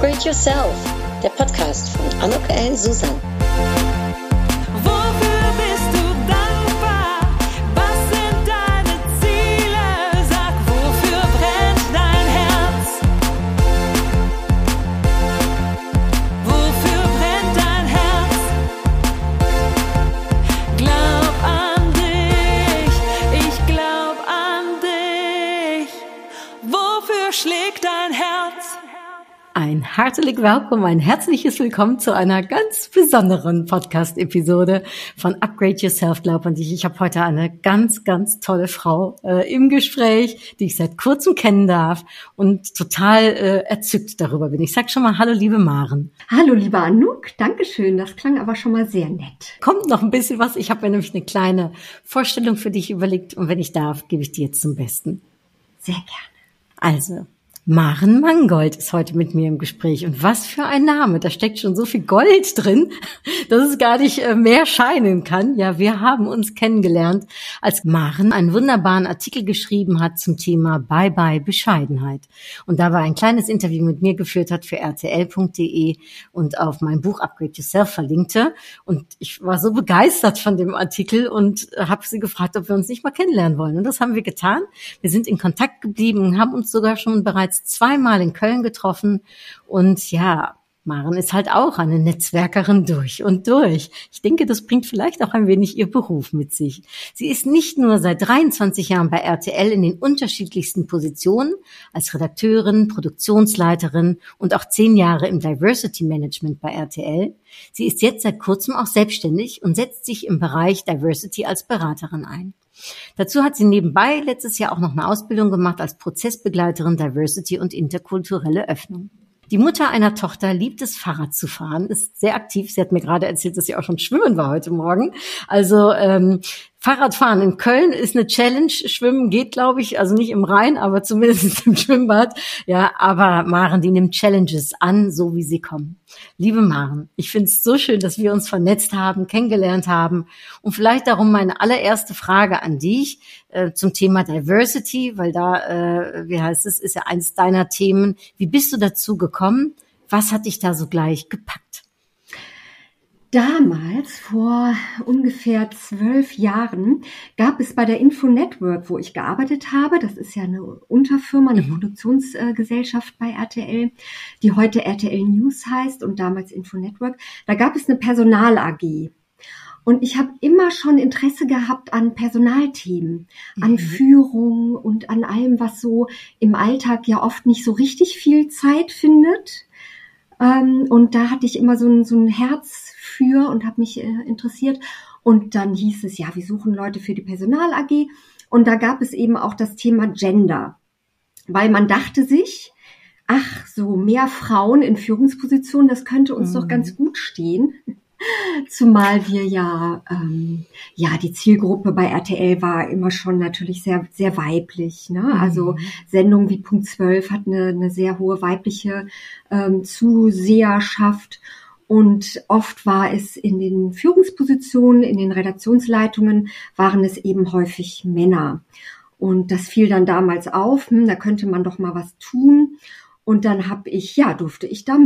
Upgrade Yourself, der Podcast von Anouk El Susan. Wofür bist du dankbar? Was sind deine Ziele? Sag, wofür brennt dein Herz? Wofür brennt dein Herz? Glaub an dich, ich glaub an dich. Wofür schlägt dein Herz? Ein herzlich willkommen, ein herzliches Willkommen zu einer ganz besonderen Podcast-Episode von Upgrade Yourself, glaub an dich. Ich habe heute eine ganz, ganz tolle Frau im Gespräch, die ich seit kurzem kennen darf und total erzückt darüber bin. Ich sag schon mal Hallo, liebe Maren. Hallo, liebe Anouk, Dankeschön. Das klang aber schon mal sehr nett. Kommt noch ein bisschen was. Ich habe mir nämlich eine kleine Vorstellung für dich überlegt und wenn ich darf, gebe ich die jetzt zum Besten. Sehr gerne. Also, Maren Mangold ist heute mit mir im Gespräch. Und was für ein Name. Da steckt schon so viel Gold drin, dass es gar nicht mehr scheinen kann. Ja, wir haben uns kennengelernt, als Maren einen wunderbaren Artikel geschrieben hat zum Thema Bye Bye Bescheidenheit. Und dabei ein kleines Interview mit mir geführt hat für rtl.de und auf mein Buch Upgrade Yourself verlinkte. Und ich war so begeistert von dem Artikel und habe sie gefragt, ob wir uns nicht mal kennenlernen wollen. Und das haben wir getan. Wir sind in Kontakt geblieben und haben uns sogar schon bereits zweimal in Köln getroffen und ja, Maren ist halt auch eine Netzwerkerin durch und durch. Ich denke, das bringt vielleicht auch ein wenig ihr Beruf mit sich. Sie ist nicht nur seit 23 Jahren bei RTL in den unterschiedlichsten Positionen als Redakteurin, Produktionsleiterin und auch 10 Jahre im Diversity Management bei RTL. Sie ist jetzt seit kurzem auch selbstständig und setzt sich im Bereich Diversity als Beraterin ein. Dazu hat sie nebenbei letztes Jahr auch noch eine Ausbildung gemacht als Prozessbegleiterin Diversity und interkulturelle Öffnung. Die Mutter einer Tochter liebt es, Fahrrad zu fahren, ist sehr aktiv. Sie hat mir gerade erzählt, dass sie auch schon schwimmen war heute Morgen. Also Fahrradfahren in Köln ist eine Challenge. Schwimmen geht, glaube ich, also nicht im Rhein, aber zumindest im Schwimmbad. Ja, aber Maren, die nimmt Challenges an, so wie sie kommen. Liebe Maren, ich finde es so schön, dass wir uns vernetzt haben, kennengelernt haben. Und vielleicht darum meine allererste Frage an dich zum Thema Diversity, weil da, wie heißt es, ist ja eines deiner Themen. Wie bist du dazu gekommen? Was hat dich da so gleich gepackt? Damals, vor ungefähr 12 Jahren, gab es bei der Info Network, wo ich gearbeitet habe, das ist ja eine Unterfirma, eine Produktionsgesellschaft bei RTL, die heute RTL News heißt und damals Info Network, da gab es eine Personal-AG. Und ich habe immer schon Interesse gehabt an Personalthemen, an Führung und an allem, was so im Alltag ja oft nicht so richtig viel Zeit findet. Und da hatte ich immer so ein Herz für und habe mich interessiert. Und dann hieß es, ja, wir suchen Leute für die Personal-AG. Und da gab es eben auch das Thema Gender. Weil man dachte sich, ach, so mehr Frauen in Führungspositionen, das könnte uns doch ganz gut stehen. Zumal wir ja, die Zielgruppe bei RTL war immer schon natürlich sehr, sehr weiblich, ne? Also Sendungen wie Punkt 12 hat eine sehr hohe weibliche Zuseherschaft und oft war es in den Führungspositionen, in den Redaktionsleitungen waren es eben häufig Männer. Und das fiel dann damals auf, da könnte man doch mal was tun. Und dann durfte ich da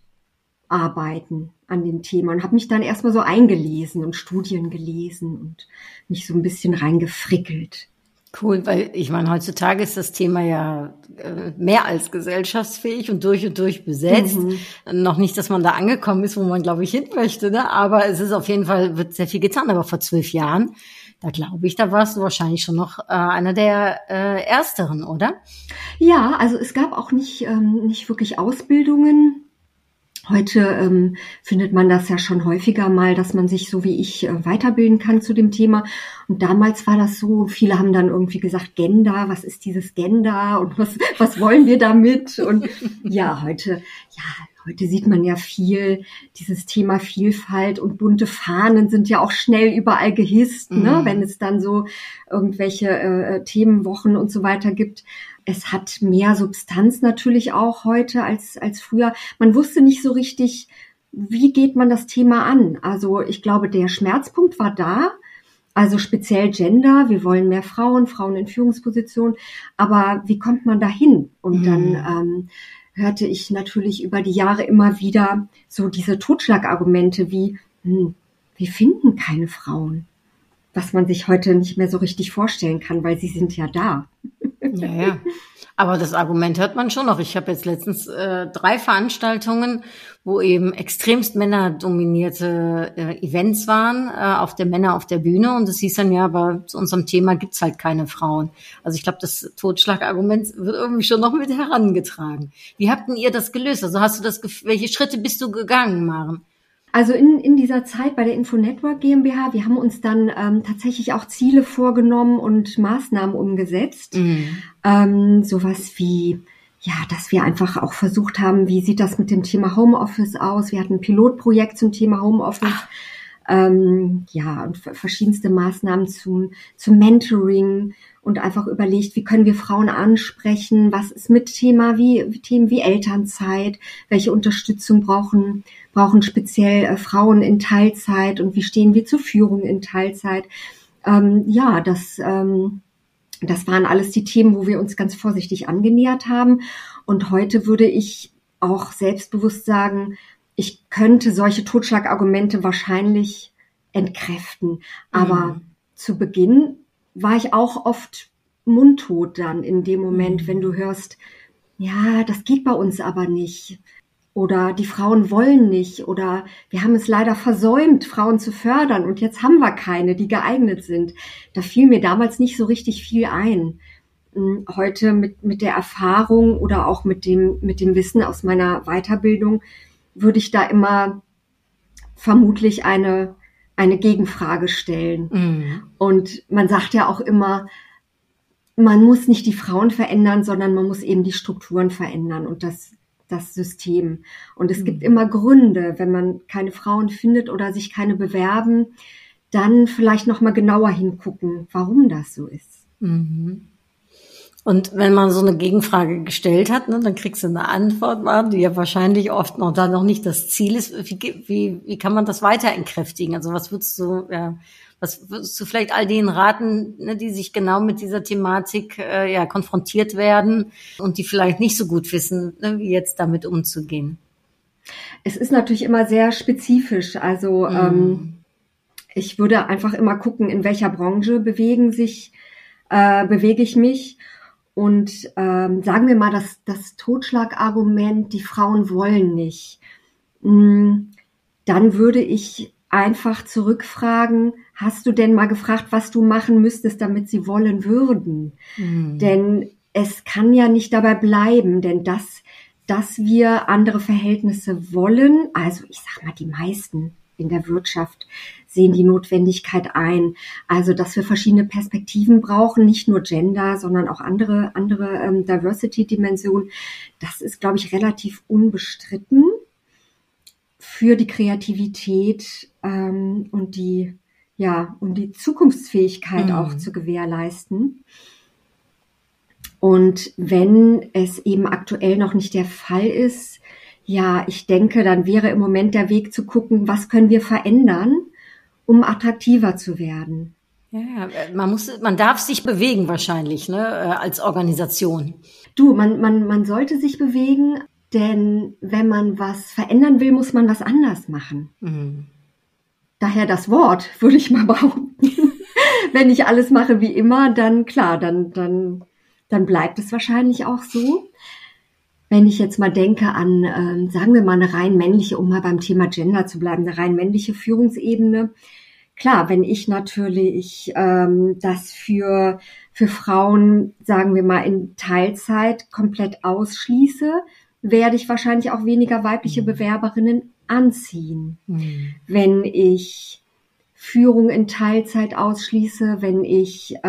mitarbeiten an dem Thema und habe mich dann erstmal so eingelesen und Studien gelesen und mich so ein bisschen reingefrickelt. Cool, weil ich meine, heutzutage ist das Thema ja mehr als gesellschaftsfähig und durch besetzt. Noch nicht, dass man da angekommen ist, wo man, glaube ich, hin möchte, ne? Aber es ist auf jeden Fall, wird sehr viel getan. Aber vor 12 Jahren, da glaube ich, da warst du wahrscheinlich schon noch einer der Ersteren, oder? Ja, also es gab auch nicht wirklich Ausbildungen. Heute findet man das ja schon häufiger mal, dass man sich so wie ich weiterbilden kann zu dem Thema. Und damals war das so, viele haben dann irgendwie gesagt, Gender, was ist dieses Gender und was wollen wir damit? Und ja, heute sieht man ja viel, dieses Thema Vielfalt und bunte Fahnen sind ja auch schnell überall gehisst, ne? Wenn es dann so irgendwelche Themenwochen und so weiter gibt. Es hat mehr Substanz natürlich auch heute als früher. Man wusste nicht so richtig, wie geht man das Thema an. Also ich glaube, der Schmerzpunkt war da. Also speziell Gender, wir wollen mehr Frauen in Führungspositionen. Aber wie kommt man dahin? Und dann hörte ich natürlich über die Jahre immer wieder so diese Totschlagargumente wie, wir finden keine Frauen. Was man sich heute nicht mehr so richtig vorstellen kann, weil sie sind ja da. Ja. Aber das Argument hört man schon noch. Ich habe jetzt letztens 3 Veranstaltungen, wo eben extremst männerdominierte Events waren, auf der Männer auf der Bühne. Und es hieß dann, ja, aber zu unserem Thema gibt's halt keine Frauen. Also ich glaube, das Totschlagargument wird irgendwie schon noch mit herangetragen. Wie habt denn ihr das gelöst? Also hast du welche Schritte bist du gegangen, Maren? Also in dieser Zeit bei der Infonetwork GmbH, wir haben uns dann tatsächlich auch Ziele vorgenommen und Maßnahmen umgesetzt. Sowas wie, ja, dass wir einfach auch versucht haben, wie sieht das mit dem Thema Homeoffice aus? Wir hatten ein Pilotprojekt zum Thema Homeoffice. Und verschiedenste Maßnahmen zum Mentoring und einfach überlegt, wie können wir Frauen ansprechen? Was ist mit Themen wie Elternzeit? Welche Unterstützung brauchen speziell Frauen in Teilzeit und wie stehen wir zur Führung in Teilzeit? Das waren alles die Themen, wo wir uns ganz vorsichtig angenähert haben. Und heute würde ich auch selbstbewusst sagen, ich könnte solche Totschlagargumente wahrscheinlich entkräften. Aber zu Beginn war ich auch oft mundtot dann in dem Moment, wenn du hörst, ja, das geht bei uns aber nicht. Oder die Frauen wollen nicht. Oder wir haben es leider versäumt, Frauen zu fördern. Und jetzt haben wir keine, die geeignet sind. Da fiel mir damals nicht so richtig viel ein. Heute mit der Erfahrung oder auch mit dem Wissen aus meiner Weiterbildung würde ich da immer vermutlich eine Gegenfrage stellen. Und man sagt ja auch immer, man muss nicht die Frauen verändern, sondern man muss eben die Strukturen verändern und das System. Und es gibt immer Gründe, wenn man keine Frauen findet oder sich keine bewerben, dann vielleicht noch mal genauer hingucken, warum das so ist. Und wenn man so eine Gegenfrage gestellt hat, ne, dann kriegst du eine Antwort, die ja wahrscheinlich oft noch nicht das Ziel ist. Wie kann man das weiter entkräftigen? Also was würdest du vielleicht all denen raten, ne, die sich genau mit dieser Thematik konfrontiert werden und die vielleicht nicht so gut wissen, ne, wie jetzt damit umzugehen? Es ist natürlich immer sehr spezifisch. Also ich würde einfach immer gucken, in welcher Branche bewege ich mich. Und sagen wir mal, das Totschlagargument, die Frauen wollen nicht, dann würde ich einfach zurückfragen, hast du denn mal gefragt, was du machen müsstest, damit sie wollen würden? Denn es kann ja nicht dabei bleiben, denn dass wir andere Verhältnisse wollen, also ich sag mal, die meisten in der Wirtschaft sehen die Notwendigkeit ein. Also, dass wir verschiedene Perspektiven brauchen, nicht nur Gender, sondern auch andere Diversity-Dimensionen. Das ist, glaube ich, relativ unbestritten für die Kreativität und die Zukunftsfähigkeit auch zu gewährleisten. Und wenn es eben aktuell noch nicht der Fall ist, ja, ich denke, dann wäre im Moment der Weg zu gucken, was können wir verändern, um attraktiver zu werden. Ja, man darf sich bewegen wahrscheinlich, ne, als Organisation. Man sollte sich bewegen, denn wenn man was verändern will, muss man was anders machen. Daher das Wort, würde ich mal behaupten. Wenn ich alles mache wie immer, dann klar, dann bleibt es wahrscheinlich auch so. Wenn ich jetzt mal denke an, sagen wir mal, eine rein männliche, um mal beim Thema Gender zu bleiben, eine rein männliche Führungsebene. Klar, wenn ich natürlich das für Frauen, sagen wir mal, in Teilzeit komplett ausschließe, werde ich wahrscheinlich auch weniger weibliche Bewerberinnen anziehen. Wenn ich Führung in Teilzeit ausschließe, wenn ich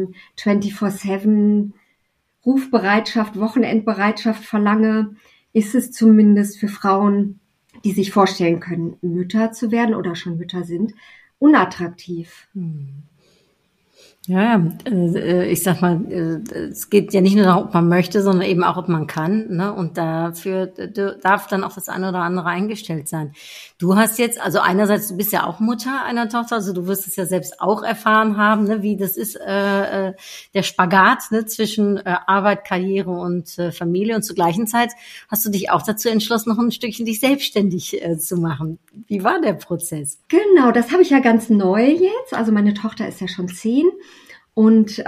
24/7 Rufbereitschaft, Wochenendbereitschaft verlange, ist es zumindest für Frauen, die sich vorstellen können, Mütter zu werden oder schon Mütter sind, unattraktiv. Ja, ich sag mal, es geht ja nicht nur darum, ob man möchte, sondern eben auch, ob man kann, ne? Und dafür darf dann auch das eine oder andere eingestellt sein. Du hast jetzt, also einerseits, du bist ja auch Mutter einer Tochter, also du wirst es ja selbst auch erfahren haben, ne, wie das ist, der Spagat, ne, zwischen Arbeit, Karriere und Familie. Und zur gleichen Zeit hast du dich auch dazu entschlossen, noch ein Stückchen dich selbstständig zu machen. Wie war der Prozess? Genau, das habe ich ja ganz neu jetzt. Also meine Tochter ist ja schon 10 und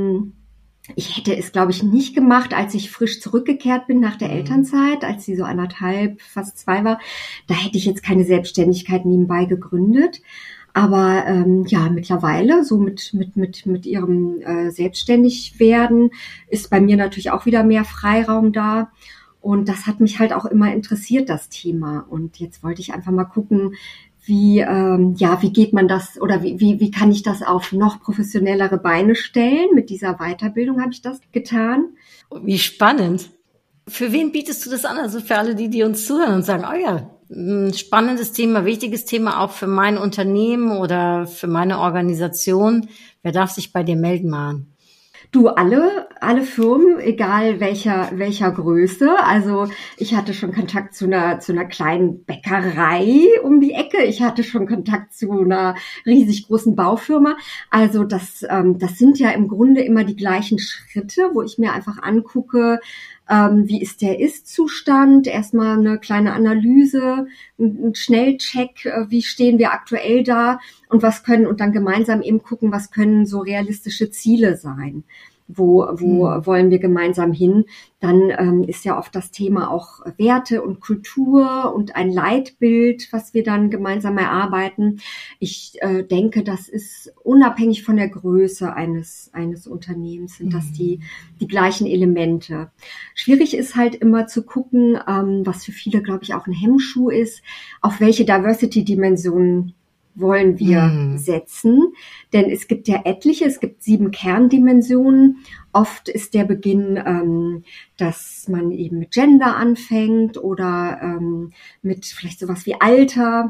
ich hätte es, glaube ich, nicht gemacht, als ich frisch zurückgekehrt bin nach der Elternzeit, als sie so 1,5, fast 2 war. Da hätte ich jetzt keine Selbstständigkeit nebenbei gegründet. Aber ja, mittlerweile, so mit ihrem Selbstständigwerden, ist bei mir natürlich auch wieder mehr Freiraum da. Und das hat mich halt auch immer interessiert, das Thema. Und jetzt wollte ich einfach mal gucken, wie geht man das oder wie kann ich das auf noch professionellere Beine stellen? Mit dieser Weiterbildung habe ich das getan. Wie spannend. Für wen bietest du das an? Also für alle, die uns zuhören und sagen, oh ja, ein spannendes Thema, wichtiges Thema auch für mein Unternehmen oder für meine Organisation. Wer darf sich bei dir melden, Maren? Du, alle Firmen, egal welcher Größe. Also ich hatte schon Kontakt zu einer kleinen Bäckerei um die Ecke. Ich hatte schon Kontakt zu einer riesig großen Baufirma. Also das sind ja im Grunde immer die gleichen Schritte, wo ich mir einfach angucke, wie ist der Ist-Zustand, erstmal eine kleine Analyse, ein Schnellcheck, wie stehen wir aktuell da und und dann gemeinsam eben gucken, was können so realistische Ziele sein. Wo wollen wir gemeinsam hin? Dann ist ja oft das Thema auch Werte und Kultur und ein Leitbild, was wir dann gemeinsam erarbeiten. Ich denke, das ist unabhängig von der Größe eines Unternehmens, sind das die gleichen Elemente. Schwierig ist halt immer zu gucken, was für viele, glaube ich, auch ein Hemmschuh ist, auf welche Diversity-Dimensionen wollen wir setzen, denn es gibt ja etliche, es gibt 7 Kerndimensionen. Oft ist der Beginn, dass man eben mit Gender anfängt oder mit vielleicht sowas wie Alter.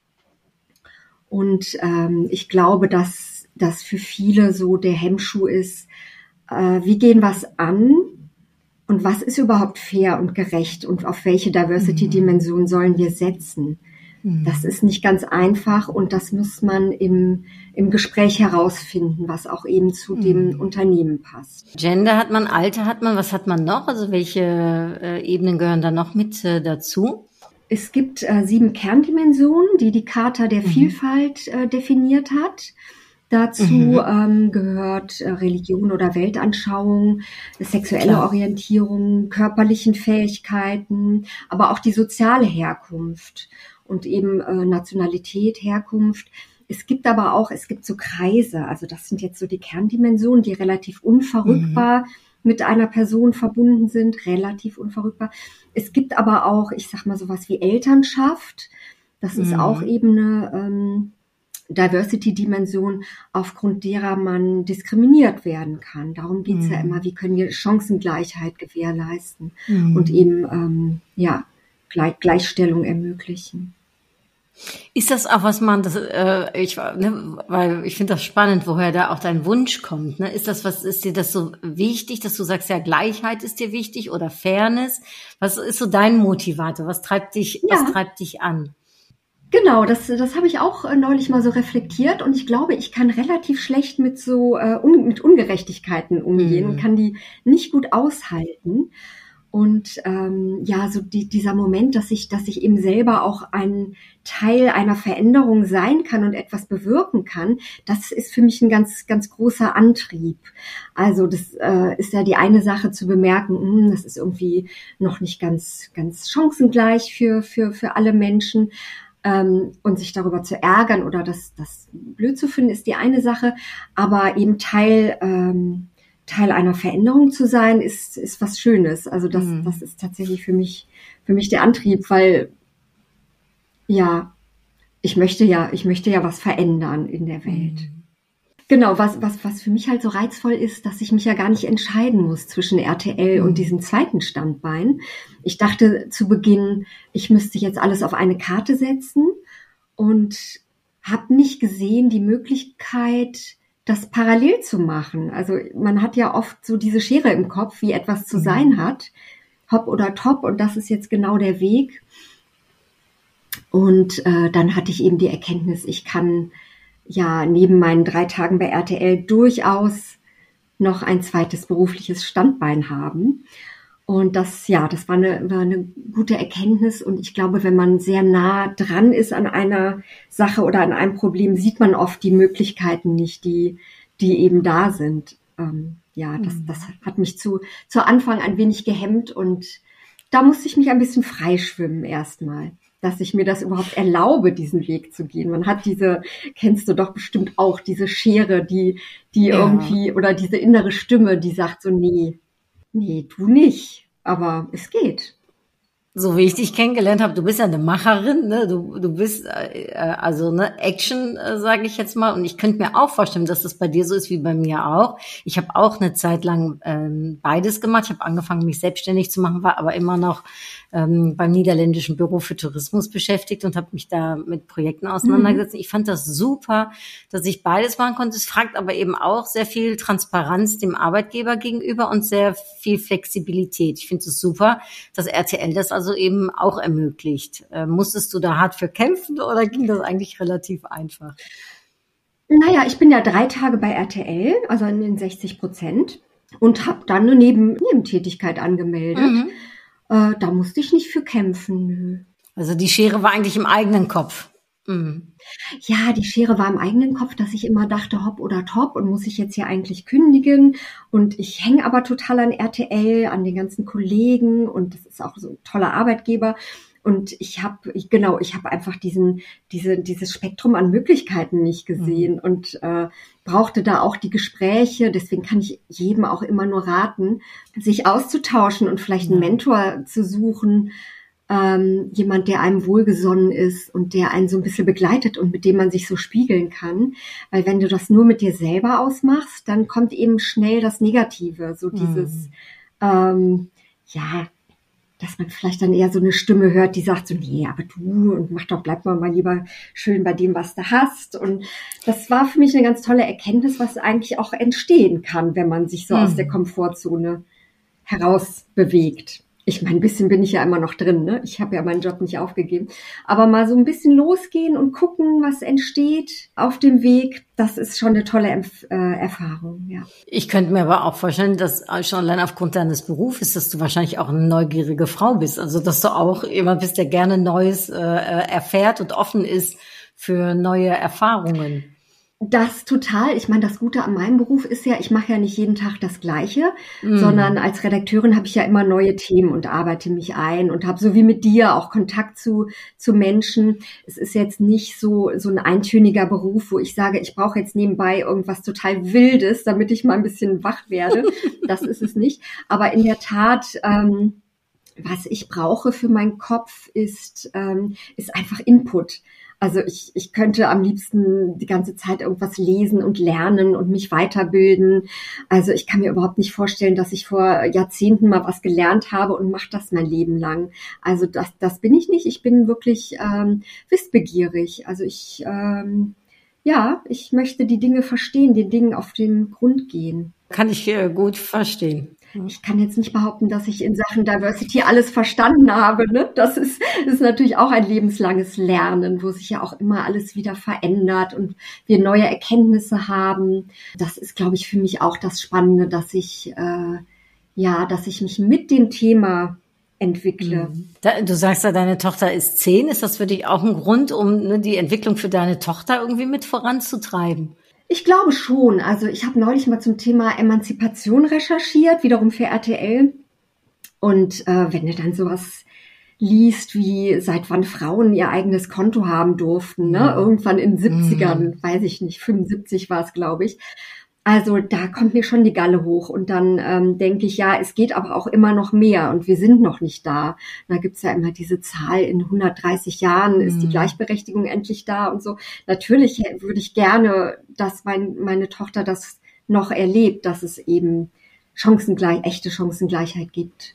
Und ich glaube, dass das für viele so der Hemmschuh ist, wie gehen wir es an und was ist überhaupt fair und gerecht und auf welche Diversity-Dimension sollen wir setzen? Das ist nicht ganz einfach und das muss man im Gespräch herausfinden, was auch eben zu dem Unternehmen passt. Gender hat man, Alter hat man, was hat man noch? Also welche Ebenen gehören da noch mit dazu? Es gibt 7 Kerndimensionen, die Charta der Vielfalt definiert hat. Dazu gehört Religion oder Weltanschauung, sexuelle Orientierung, körperlichen Fähigkeiten, aber auch die soziale Herkunft und eben Nationalität, Herkunft. Es gibt so Kreise, also das sind jetzt so die Kerndimensionen, die relativ unverrückbar mit einer Person verbunden sind, relativ unverrückbar. Es gibt aber auch, ich sag mal, sowas wie Elternschaft. Das ist auch eben eine Diversity-Dimension, aufgrund derer man diskriminiert werden kann. Darum geht's ja immer, wie können wir Chancengleichheit gewährleisten und eben Gleichstellung ermöglichen. Ist das auch, was man, weil ich finde das spannend, woher da auch dein Wunsch kommt, ne? Ist dir das so wichtig, dass du sagst, ja, Gleichheit ist dir wichtig oder Fairness? Was ist so dein Motivator? Was treibt dich an? Genau, das habe ich auch neulich mal so reflektiert und ich glaube, ich kann relativ schlecht mit mit Ungerechtigkeiten umgehen und kann die nicht gut aushalten. Und so dieser Moment, dass ich eben selber auch ein Teil einer Veränderung sein kann und etwas bewirken kann, das ist für mich ein ganz, ganz großer Antrieb. Also das ist ja die eine Sache zu bemerken, das ist irgendwie noch nicht ganz, ganz chancengleich für alle Menschen. Und sich darüber zu ärgern oder das blöd zu finden, ist die eine Sache. Aber eben Teil einer Veränderung zu sein, ist was Schönes. Also das ist tatsächlich für mich der Antrieb, weil ich möchte ja was verändern in der Welt. Genau, was für mich halt so reizvoll ist, dass ich mich ja gar nicht entscheiden muss zwischen RTL und diesem zweiten Standbein. Ich dachte zu Beginn, ich müsste jetzt alles auf eine Karte setzen und habe nicht gesehen die Möglichkeit, das parallel zu machen. Also man hat ja oft so diese Schere im Kopf, wie etwas zu sein hat. Hopp oder top, und das ist jetzt genau der Weg. Und dann hatte ich eben die Erkenntnis, ich kann ja neben meinen 3 Tagen bei RTL durchaus noch ein zweites berufliches Standbein haben. Und das war eine gute Erkenntnis. Und ich glaube, wenn man sehr nah dran ist an einer Sache oder an einem Problem, sieht man oft die Möglichkeiten nicht, die eben da sind. Das hat mich zu Anfang ein wenig gehemmt, und da musste ich mich ein bisschen freischwimmen erstmal, dass ich mir das überhaupt erlaube, diesen Weg zu gehen. Man hat kennst du doch bestimmt auch, diese Schere, die irgendwie, oder diese innere Stimme, die sagt so, nee, du nicht, aber es geht. So wie ich dich kennengelernt habe, du bist ja eine Macherin, ne? Du bist Action, sage ich jetzt mal. Und ich könnte mir auch vorstellen, dass das bei dir so ist wie bei mir auch. Ich habe auch eine Zeit lang beides gemacht. Ich habe angefangen, mich selbstständig zu machen, war aber immer noch beim Niederländischen Büro für Tourismus beschäftigt und habe mich da mit Projekten auseinandergesetzt. Ich fand das super, dass ich beides machen konnte. Es fragt aber eben auch sehr viel Transparenz dem Arbeitgeber gegenüber und sehr viel Flexibilität. Ich finde es super, dass RTL das also eben auch ermöglicht. Musstest du da hart für kämpfen oder ging das eigentlich relativ einfach? Naja, ich bin ja 3 Tage bei RTL, also in den 60%, und habe dann eine Nebentätigkeit angemeldet. Da musste ich nicht für kämpfen, nö. Also die Schere war eigentlich im eigenen Kopf. Ja, die Schere war im eigenen Kopf, dass ich immer dachte, hopp oder top, und muss ich jetzt hier eigentlich kündigen? Und ich hänge aber total an RTL, an den ganzen Kollegen, und das ist auch so ein toller Arbeitgeber. Und ich habe einfach dieses Spektrum an Möglichkeiten nicht gesehen und brauchte da auch die Gespräche. Deswegen kann ich jedem auch immer nur raten, sich auszutauschen und vielleicht einen Mentor zu suchen, jemand, der einem wohlgesonnen ist und der einen so ein bisschen begleitet und mit dem man sich so spiegeln kann. Weil wenn du das nur mit dir selber ausmachst, dann kommt eben schnell das Negative, so dieses, dass man vielleicht dann eher so eine Stimme hört, die sagt so, nee, aber du, und bleib mal lieber schön bei dem, was du hast. Und das war für mich eine ganz tolle Erkenntnis, was eigentlich auch entstehen kann, wenn man sich so aus der Komfortzone heraus bewegt. Ich meine, ein bisschen bin ich ja immer noch drin, ne? Ich habe ja meinen Job nicht aufgegeben. Aber mal so ein bisschen losgehen und gucken, was entsteht auf dem Weg, das ist schon eine tolle Erfahrung, ja. Ich könnte mir aber auch vorstellen, dass schon allein aufgrund deines Berufes, dass du wahrscheinlich auch eine neugierige Frau bist. Also, dass du auch jemand bist, der gerne Neues erfährt und offen ist für neue Erfahrungen. Das total. Ich meine, das Gute an meinem Beruf ist ja, ich mache ja nicht jeden Tag das Gleiche, sondern als Redakteurin habe ich ja immer neue Themen und arbeite mich ein und habe so wie mit dir auch Kontakt zu Menschen. Es ist jetzt nicht so ein eintöniger Beruf, wo ich sage, ich brauche jetzt nebenbei irgendwas total Wildes, damit ich mal ein bisschen wach werde. Das ist es nicht. Aber in der Tat, was ich brauche für meinen Kopf ist einfach Input. Also ich könnte am liebsten die ganze Zeit irgendwas lesen und lernen und mich weiterbilden. Also ich kann mir überhaupt nicht vorstellen, dass ich vor Jahrzehnten mal was gelernt habe und mache das mein Leben lang. Also das bin ich nicht. Ich bin wirklich wissbegierig. Also ich möchte die Dinge verstehen, den Dingen auf den Grund gehen. Kann ich gut verstehen. Ich kann jetzt nicht behaupten, dass ich in Sachen Diversity alles verstanden habe, ne? Das ist natürlich auch ein lebenslanges Lernen, wo sich ja auch immer alles wieder verändert und wir neue Erkenntnisse haben. Das ist, glaube ich, für mich auch das Spannende, dass ich mich mit dem Thema entwickle. Du sagst ja, deine Tochter ist 10. Ist das für dich auch ein Grund, um die Entwicklung für deine Tochter irgendwie mit voranzutreiben? Ich glaube schon. Also ich habe neulich mal zum Thema Emanzipation recherchiert, wiederum für RTL. Und wenn du dann sowas liest, wie seit wann Frauen ihr eigenes Konto haben durften, ne? Irgendwann in den 70ern, weiß ich nicht, 75 war es, glaube ich. Also da kommt mir schon die Galle hoch und dann denke ich, ja, es geht aber auch immer noch mehr und wir sind noch nicht da. Da gibt's ja immer diese Zahl, in 130 Jahren ist die Gleichberechtigung endlich da und so. Natürlich würde ich gerne, dass meine Tochter das noch erlebt, dass es eben echte Chancengleichheit gibt.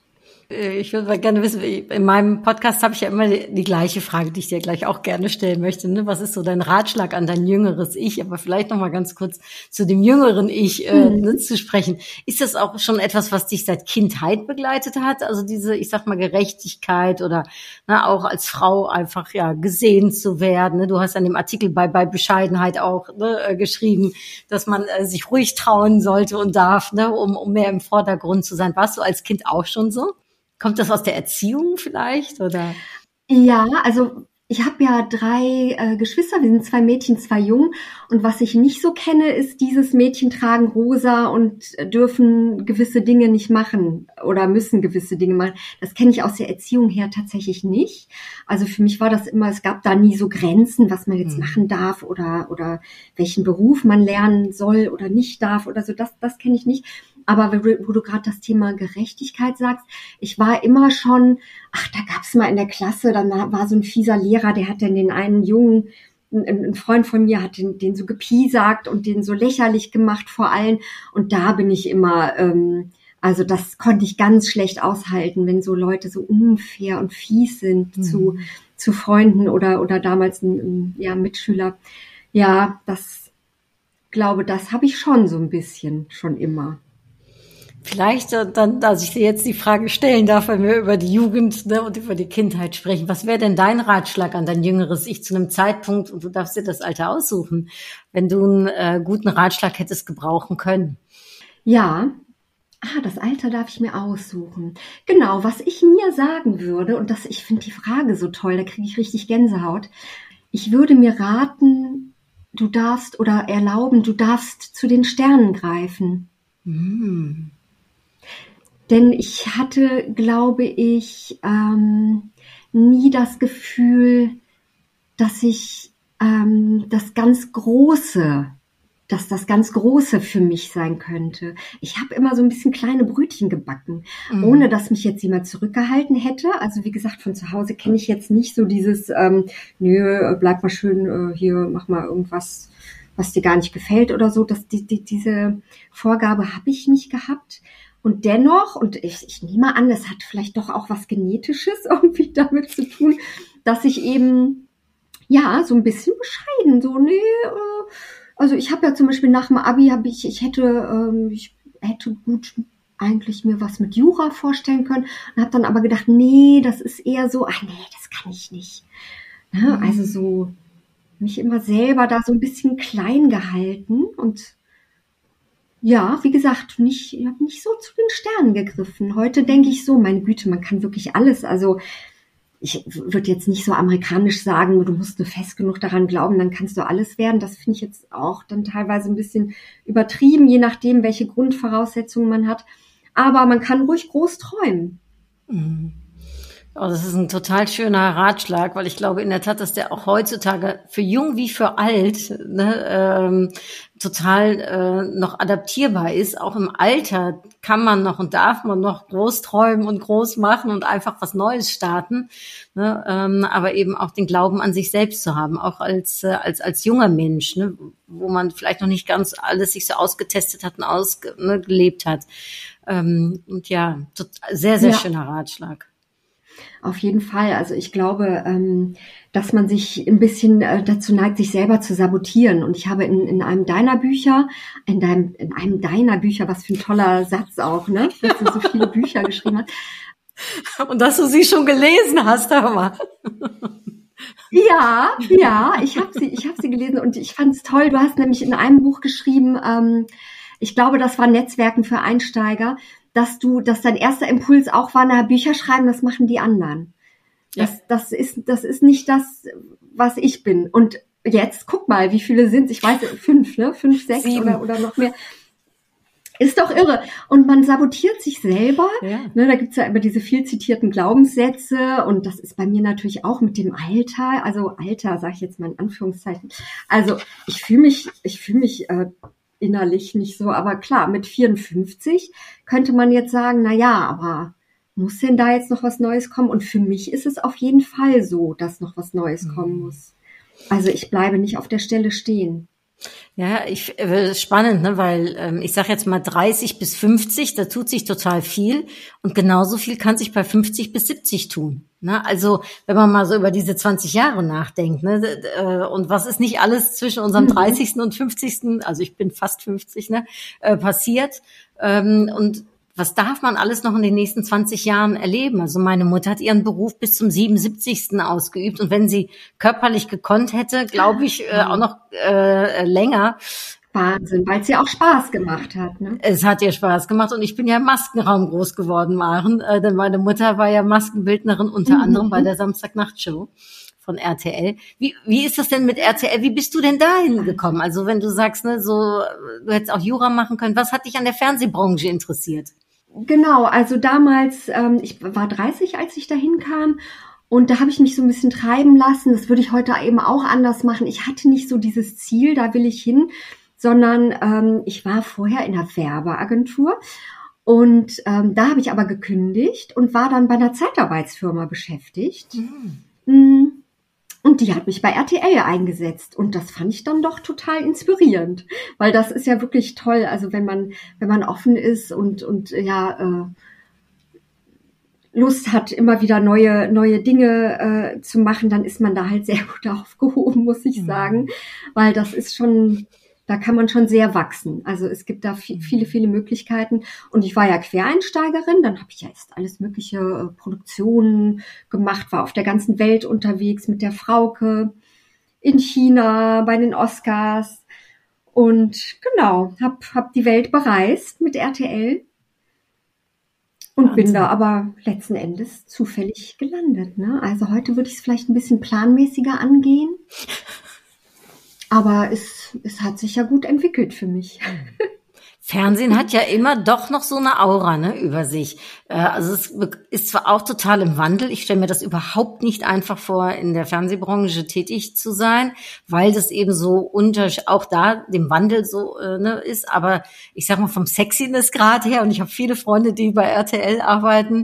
Ich würde mal gerne wissen, in meinem Podcast habe ich ja immer die gleiche Frage, die ich dir gleich auch gerne stellen möchte. Ne? Was ist so dein Ratschlag an dein jüngeres Ich? Aber vielleicht noch mal ganz kurz zu dem jüngeren Ich ne, zu sprechen. Ist das auch schon etwas, was dich seit Kindheit begleitet hat? Also diese, ich sag mal, Gerechtigkeit oder auch als Frau einfach ja gesehen zu werden. Ne? Du hast an dem Artikel bei Bescheidenheit auch geschrieben, dass man sich ruhig trauen sollte und darf, ne? um mehr im Vordergrund zu sein. Warst du als Kind auch schon so? Kommt das aus der Erziehung vielleicht, oder? Ja, also ich habe ja 3 Geschwister, wir sind 2 Mädchen, 2 Jungen. Und was ich nicht so kenne, ist dieses Mädchen tragen rosa und dürfen gewisse Dinge nicht machen oder müssen gewisse Dinge machen. Das kenne ich aus der Erziehung her tatsächlich nicht. Also für mich war das immer, es gab da nie so Grenzen, was man jetzt machen darf oder welchen Beruf man lernen soll oder nicht darf oder so. Das kenne ich nicht. Aber wo du gerade das Thema Gerechtigkeit sagst, ich war immer schon, da gab's mal in der Klasse, dann war so ein fieser Lehrer, der hat dann den einen Jungen, ein Freund von mir hat den so gepiesackt und den so lächerlich gemacht vor allen. Und da bin ich immer, also das konnte ich ganz schlecht aushalten, wenn so Leute so unfair und fies sind zu Freunden oder damals ein Mitschüler. Ja, das habe ich schon so ein bisschen, schon immer. Vielleicht dann, als ich dir jetzt die Frage stellen darf, wenn wir über die Jugend und über die Kindheit sprechen, was wäre denn dein Ratschlag an dein jüngeres Ich zu einem Zeitpunkt, und du darfst dir das Alter aussuchen, wenn du einen guten Ratschlag hättest gebrauchen können? Ja, das Alter darf ich mir aussuchen. Genau, was ich mir sagen würde, und ich finde die Frage so toll, da kriege ich richtig Gänsehaut. Ich würde mir raten, du darfst zu den Sternen greifen. Denn ich hatte, glaube ich, nie das Gefühl, dass ich das ganz Große für mich sein könnte. Ich habe immer so ein bisschen kleine Brötchen gebacken, ohne dass mich jetzt jemand zurückgehalten hätte. Also wie gesagt, von zu Hause kenne ich jetzt nicht so dieses, bleib mal schön hier, mach mal irgendwas, was dir gar nicht gefällt oder so. Diese Vorgabe habe ich nicht gehabt. Und dennoch, und ich nehme an, das hat vielleicht doch auch was Genetisches irgendwie damit zu tun, dass ich eben, so ein bisschen bescheiden, also ich habe ja zum Beispiel nach dem Abi, ich hätte gut eigentlich mir was mit Jura vorstellen können und habe dann aber gedacht, nee, das ist eher so, das kann ich nicht. Ne? Also so mich immer selber da so ein bisschen klein gehalten und ja, wie gesagt, ich habe nicht so zu den Sternen gegriffen. Heute denke ich so, meine Güte, man kann wirklich alles. Also ich würde jetzt nicht so amerikanisch sagen, du musst nur fest genug daran glauben, dann kannst du alles werden. Das finde ich jetzt auch dann teilweise ein bisschen übertrieben, je nachdem, welche Grundvoraussetzungen man hat. Aber man kann ruhig groß träumen. Oh, das ist ein total schöner Ratschlag, weil ich glaube in der Tat, dass der auch heutzutage für jung wie für alt total noch adaptierbar ist. Auch im Alter kann man noch und darf man noch groß träumen und groß machen und einfach was Neues starten, ne? Aber eben auch den Glauben an sich selbst zu haben, auch als junger Mensch, ne? Wo man vielleicht noch nicht ganz alles sich so ausgetestet hat und gelebt hat. Und ja, sehr, sehr schöner Ratschlag. Auf jeden Fall. Also ich glaube, dass man sich ein bisschen dazu neigt, sich selber zu sabotieren. Und ich habe in einem deiner Bücher, was für ein toller Satz auch, ne? Dass du so viele Bücher geschrieben hast. Und dass du sie schon gelesen hast, hör mal. Ja, ich habe sie gelesen und ich fand es toll. Du hast nämlich in einem Buch geschrieben, ich glaube, das war Netzwerken für Einsteiger, dass dein erster Impuls auch war, Bücher schreiben, das machen die anderen. Ja. Das ist nicht das, was ich bin. Und jetzt, guck mal, wie viele sind es? Ich weiß, 5, ne? 5, 6 oder noch mehr. Ist doch irre. Und man sabotiert sich selber. Ja. Ne, da gibt's ja immer diese viel zitierten Glaubenssätze. Und das ist bei mir natürlich auch mit dem Alter. Also Alter, sage ich jetzt mal in Anführungszeichen. Also ich fühle mich innerlich nicht so, aber klar, mit 54 könnte man jetzt sagen, aber muss denn da jetzt noch was Neues kommen? Und für mich ist es auf jeden Fall so, dass noch was Neues kommen muss. Also ich bleibe nicht auf der Stelle stehen. Ja, spannend, ne, weil ich sage jetzt mal 30 bis 50, da tut sich total viel und genauso viel kann sich bei 50 bis 70 tun. Ne? Also wenn man mal so über diese 20 Jahre nachdenkt, ne, und was ist nicht alles zwischen unserem 30. und 50., also ich bin fast 50, ne, passiert, und was darf man alles noch in den nächsten 20 Jahren erleben? Also meine Mutter hat ihren Beruf bis zum 77. ausgeübt. Und wenn sie körperlich gekonnt hätte, glaube ich, auch noch länger. Wahnsinn, weil es ja auch Spaß gemacht hat. Ne? Es hat ihr Spaß gemacht. Und ich bin ja im Maskenraum groß geworden, Maren. Denn meine Mutter war ja Maskenbildnerin unter anderem bei der Samstagnachtshow von RTL. Wie ist das denn mit RTL? Wie bist du denn dahin gekommen? Also wenn du sagst, ne, so, du hättest auch Jura machen können. Was hat dich an der Fernsehbranche interessiert? Genau, also damals, ich war 30, als ich dahin kam. Und da habe ich mich so ein bisschen treiben lassen. Das würde ich heute eben auch anders machen. Ich hatte nicht so dieses Ziel, da will ich hin, sondern ich war vorher in einer Werbeagentur. Und da habe ich aber gekündigt und war dann bei einer Zeitarbeitsfirma beschäftigt. Und die hat mich bei RTL eingesetzt. Und das fand ich dann doch total inspirierend. Weil das ist ja wirklich toll. Also wenn man offen ist und Lust hat, immer wieder neue Dinge zu machen, dann ist man da halt sehr gut aufgehoben, muss ich sagen. Weil das ist schon, da kann man schon sehr wachsen. Also es gibt da viele Möglichkeiten. Und ich war ja Quereinsteigerin, dann habe ich ja erst alles mögliche Produktionen gemacht, war auf der ganzen Welt unterwegs mit der Frauke, in China, bei den Oscars. Und genau, hab die Welt bereist mit RTL. Und Wahnsinn. Bin da aber letzten Endes zufällig gelandet. Ne? Also heute würde ich es vielleicht ein bisschen planmäßiger angehen. Aber es hat sich ja gut entwickelt für mich. Fernsehen hat ja immer doch noch so eine Aura, ne, über sich. Also es ist zwar auch total im Wandel. Ich stelle mir das überhaupt nicht einfach vor, in der Fernsehbranche tätig zu sein, weil das eben so auch da dem Wandel so ne, ist. Aber ich sag mal vom Sexiness-Grad her, und ich habe viele Freunde, die bei RTL arbeiten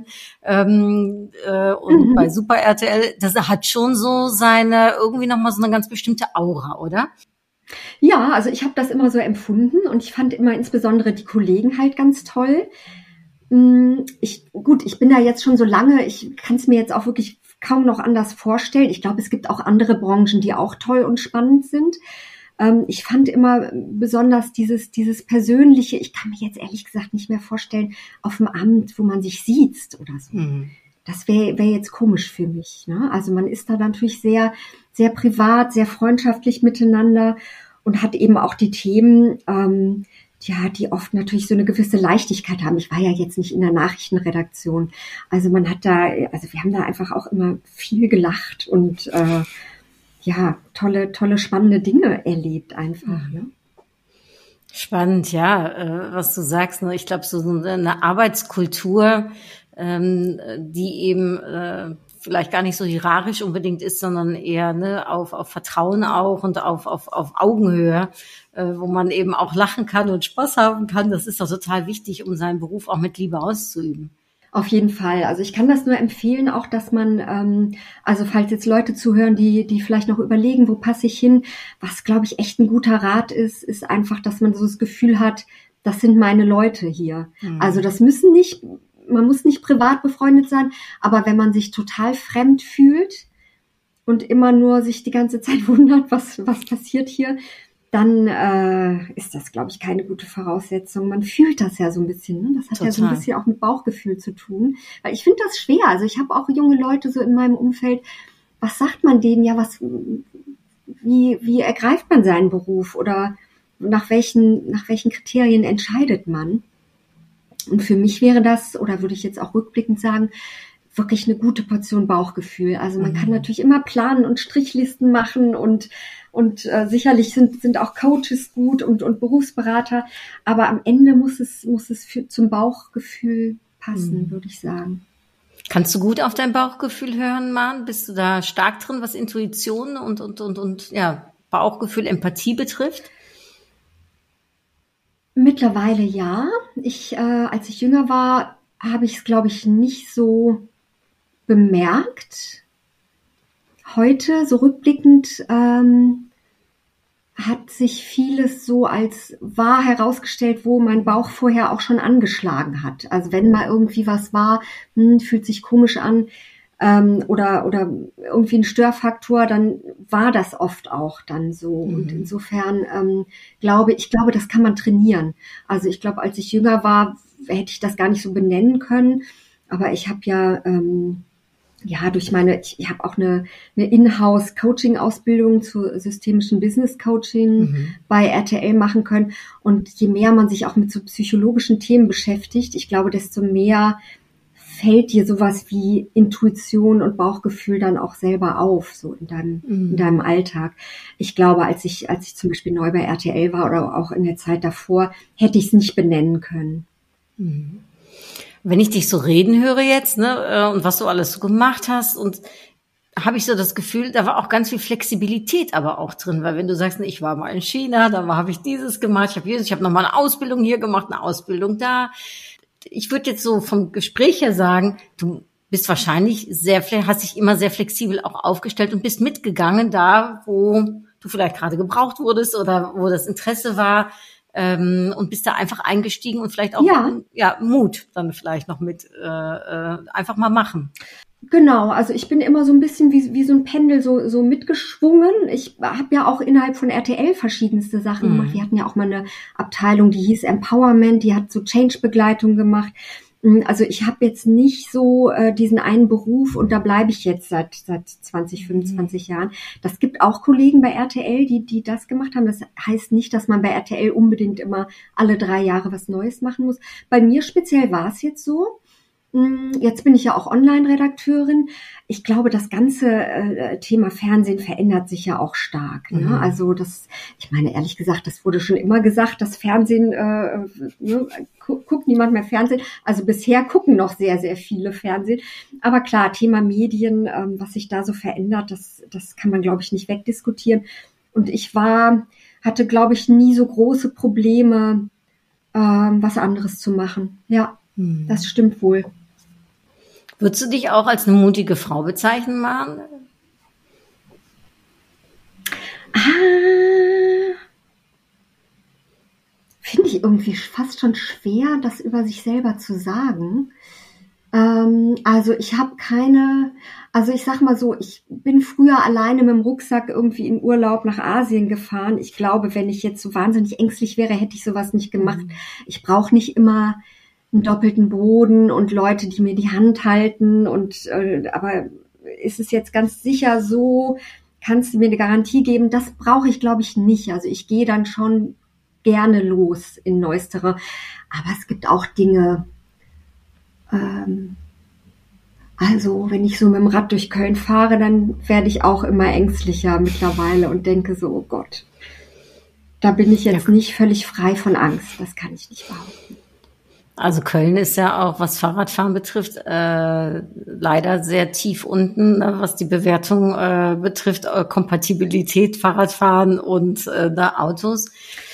und bei Super RTL, das hat schon so irgendwie nochmal so eine ganz bestimmte Aura, oder? Ja, also ich habe das immer so empfunden und ich fand immer insbesondere die Kollegen halt ganz toll. Ich bin da jetzt schon so lange, ich kann es mir jetzt auch wirklich kaum noch anders vorstellen. Ich glaube, es gibt auch andere Branchen, die auch toll und spannend sind. Ich fand immer besonders dieses Persönliche, ich kann mir jetzt ehrlich gesagt nicht mehr vorstellen, auf dem Amt, wo man sich sieht oder so. Das wär jetzt komisch für mich. Ne? Also man ist da natürlich sehr, sehr privat, sehr freundschaftlich miteinander und hat eben auch die Themen, die oft natürlich so eine gewisse Leichtigkeit haben. Ich war ja jetzt nicht in der Nachrichtenredaktion. Also wir haben da einfach auch immer viel gelacht und tolle, spannende Dinge erlebt einfach. Ne? Spannend, ja, was du sagst. Ne? Ich glaube, so eine Arbeitskultur, die eben vielleicht gar nicht so hierarchisch unbedingt ist, sondern eher ne, auf Vertrauen auch und auf Augenhöhe, wo man eben auch lachen kann und Spaß haben kann. Das ist doch total wichtig, um seinen Beruf auch mit Liebe auszuüben. Auf jeden Fall. Also ich kann das nur empfehlen, auch dass man, also falls jetzt Leute zuhören, die vielleicht noch überlegen, wo passe ich hin, was, glaube ich, echt ein guter Rat ist einfach, dass man so das Gefühl hat, das sind meine Leute hier. Also man muss nicht privat befreundet sein, aber wenn man sich total fremd fühlt und immer nur sich die ganze Zeit wundert, was passiert hier, dann ist das, glaube ich, keine gute Voraussetzung. Man fühlt das ja so ein bisschen. Ne? Das hat ja so ein bisschen auch mit Bauchgefühl zu tun. Weil ich finde das schwer. Also ich habe auch junge Leute so in meinem Umfeld. Was sagt man denen? Ja, wie ergreift man seinen Beruf? Oder nach welchen Kriterien entscheidet man? Und für mich wäre das, oder würde ich jetzt auch rückblickend sagen, wirklich eine gute Portion Bauchgefühl. Also man kann natürlich immer planen und Strichlisten machen und sicherlich sind auch Coaches gut und Berufsberater, aber am Ende muss es zum Bauchgefühl passen, würde ich sagen. Kannst du gut auf dein Bauchgefühl hören, Maren? Bist du da stark drin, was Intuition und ja, Bauchgefühl, Empathie betrifft? Mittlerweile ja. Als ich jünger war, habe ich es, glaube ich, nicht so bemerkt. Heute, so rückblickend, hat sich vieles so als wahr herausgestellt, wo mein Bauch vorher auch schon angeschlagen hat. Also wenn mal irgendwie was war, fühlt sich komisch an, oder irgendwie ein Störfaktor, dann war das oft auch dann so. Und insofern glaube ich, das kann man trainieren. Also ich glaube, als ich jünger war, hätte ich das gar nicht so benennen können. Aber ich habe ja durch ich habe auch eine Inhouse-Coaching-Ausbildung zu systemischen Business-Coaching bei RTL machen können. Und je mehr man sich auch mit so psychologischen Themen beschäftigt, ich glaube, desto mehr fällt dir sowas wie Intuition und Bauchgefühl dann auch selber auf, so in deinem Alltag. Ich glaube, als ich zum Beispiel neu bei RTL war oder auch in der Zeit davor, hätte ich es nicht benennen können. Wenn ich dich so reden höre jetzt, ne, und was du alles so gemacht hast, und habe ich so das Gefühl, da war auch ganz viel Flexibilität aber auch drin, weil wenn du sagst, ich war mal in China, da habe ich dieses gemacht, ich habe nochmal eine Ausbildung hier gemacht, eine Ausbildung da. Ich würde jetzt so vom Gespräch her sagen, du bist wahrscheinlich hast dich immer sehr flexibel auch aufgestellt und bist mitgegangen da, wo du vielleicht gerade gebraucht wurdest oder wo das Interesse war, und bist da einfach eingestiegen und vielleicht auch Mut dann vielleicht noch mit einfach mal machen. Genau, also ich bin immer so ein bisschen wie so ein Pendel so mitgeschwungen. Ich habe ja auch innerhalb von RTL verschiedenste Sachen gemacht. Wir hatten ja auch mal eine Abteilung, die hieß Empowerment, die hat so Change-Begleitung gemacht. Also ich habe jetzt nicht so diesen einen Beruf und da bleibe ich jetzt seit 20, 25 Jahren. Das gibt auch Kollegen bei RTL, die das gemacht haben. Das heißt nicht, dass man bei RTL unbedingt immer alle 3 Jahre was Neues machen muss. Bei mir speziell war es jetzt so. Jetzt bin ich ja auch Online-Redakteurin. Ich glaube, das ganze Thema Fernsehen verändert sich ja auch stark. Ne? Also ich meine, ehrlich gesagt, das wurde schon immer gesagt, das Fernsehen, guckt niemand mehr Fernsehen. Also bisher gucken noch sehr, sehr viele Fernsehen. Aber klar, Thema Medien, was sich da so verändert, das kann man, glaube ich, nicht wegdiskutieren. Und ich hatte, glaube ich, nie so große Probleme, was anderes zu machen. Ja, das stimmt wohl. Würdest du dich auch als eine mutige Frau bezeichnen, Maren? Finde ich irgendwie fast schon schwer, das über sich selber zu sagen. Also ich sag mal so, ich bin früher alleine mit dem Rucksack irgendwie in Urlaub nach Asien gefahren. Ich glaube, wenn ich jetzt so wahnsinnig ängstlich wäre, hätte ich sowas nicht gemacht. Ich brauche nicht immer einen doppelten Boden und Leute, die mir die Hand halten aber ist es jetzt ganz sicher so, kannst du mir eine Garantie geben? Das brauche ich, glaube ich, nicht. Also ich gehe dann schon gerne los in neues Terrain. Aber es gibt auch Dinge, also wenn ich so mit dem Rad durch Köln fahre, dann werde ich auch immer ängstlicher mittlerweile und denke so, oh Gott, da bin ich jetzt nicht völlig frei von Angst. Das kann ich nicht behaupten. Also Köln ist ja auch, was Fahrradfahren betrifft, leider sehr tief unten, ne, was die Bewertung betrifft, Kompatibilität Fahrradfahren und Autos.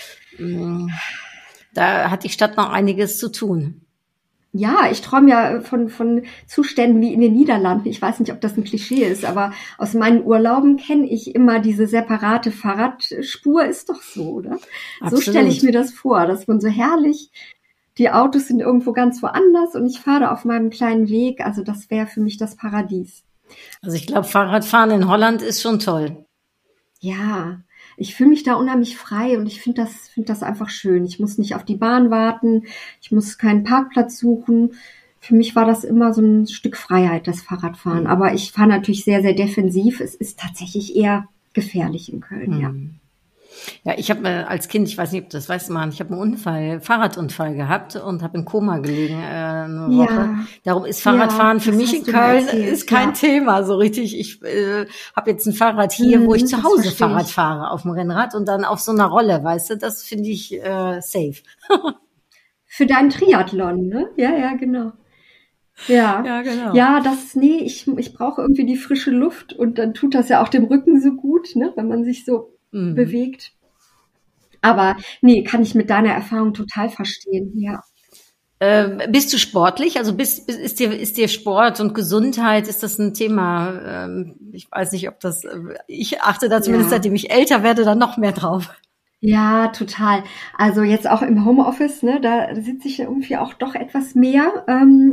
Da hat die Stadt noch einiges zu tun. Ja, ich träume ja von Zuständen wie in den Niederlanden. Ich weiß nicht, ob das ein Klischee ist, aber aus meinen Urlauben kenne ich immer diese separate Fahrradspur. Ist doch so, oder? Absolut. So stelle ich mir das vor, dass man so herrlich, die Autos sind irgendwo ganz woanders und ich fahre auf meinem kleinen Weg. Also das wäre für mich das Paradies. Also ich glaube, Fahrradfahren in Holland ist schon toll. Ja, ich fühle mich da unheimlich frei und ich finde das einfach schön. Ich muss nicht auf die Bahn warten, ich muss keinen Parkplatz suchen. Für mich war das immer so ein Stück Freiheit, das Fahrradfahren. Aber ich fahre natürlich sehr, sehr defensiv. Es ist tatsächlich eher gefährlich in Köln, ja. Ja, ich habe als Kind, ich weiß nicht, ob du das weißt, Mann, ich habe einen Fahrradunfall gehabt und habe in Koma gelegen eine Woche. Ja. Darum ist Fahrradfahren für mich in Köln ist kein Thema so richtig. Ich habe jetzt ein Fahrrad hier, wo ich zu Hause Fahrrad fahre auf dem Rennrad und dann auf so einer Rolle, weißt du, das finde ich safe. Für deinen Triathlon, ne? Ja, genau. Ja, genau. Ja, ich brauche irgendwie die frische Luft und dann tut das ja auch dem Rücken so gut, ne, wenn man sich so bewegt. Aber nee, kann ich mit deiner Erfahrung total verstehen, ja. Bist du sportlich? Also ist dir Sport und Gesundheit, ist das ein Thema? Ich weiß nicht, ich achte da zumindest, seitdem ich älter werde, dann noch mehr drauf. Ja, total. Also jetzt auch im Homeoffice, ne, da sitze ich irgendwie auch doch etwas mehr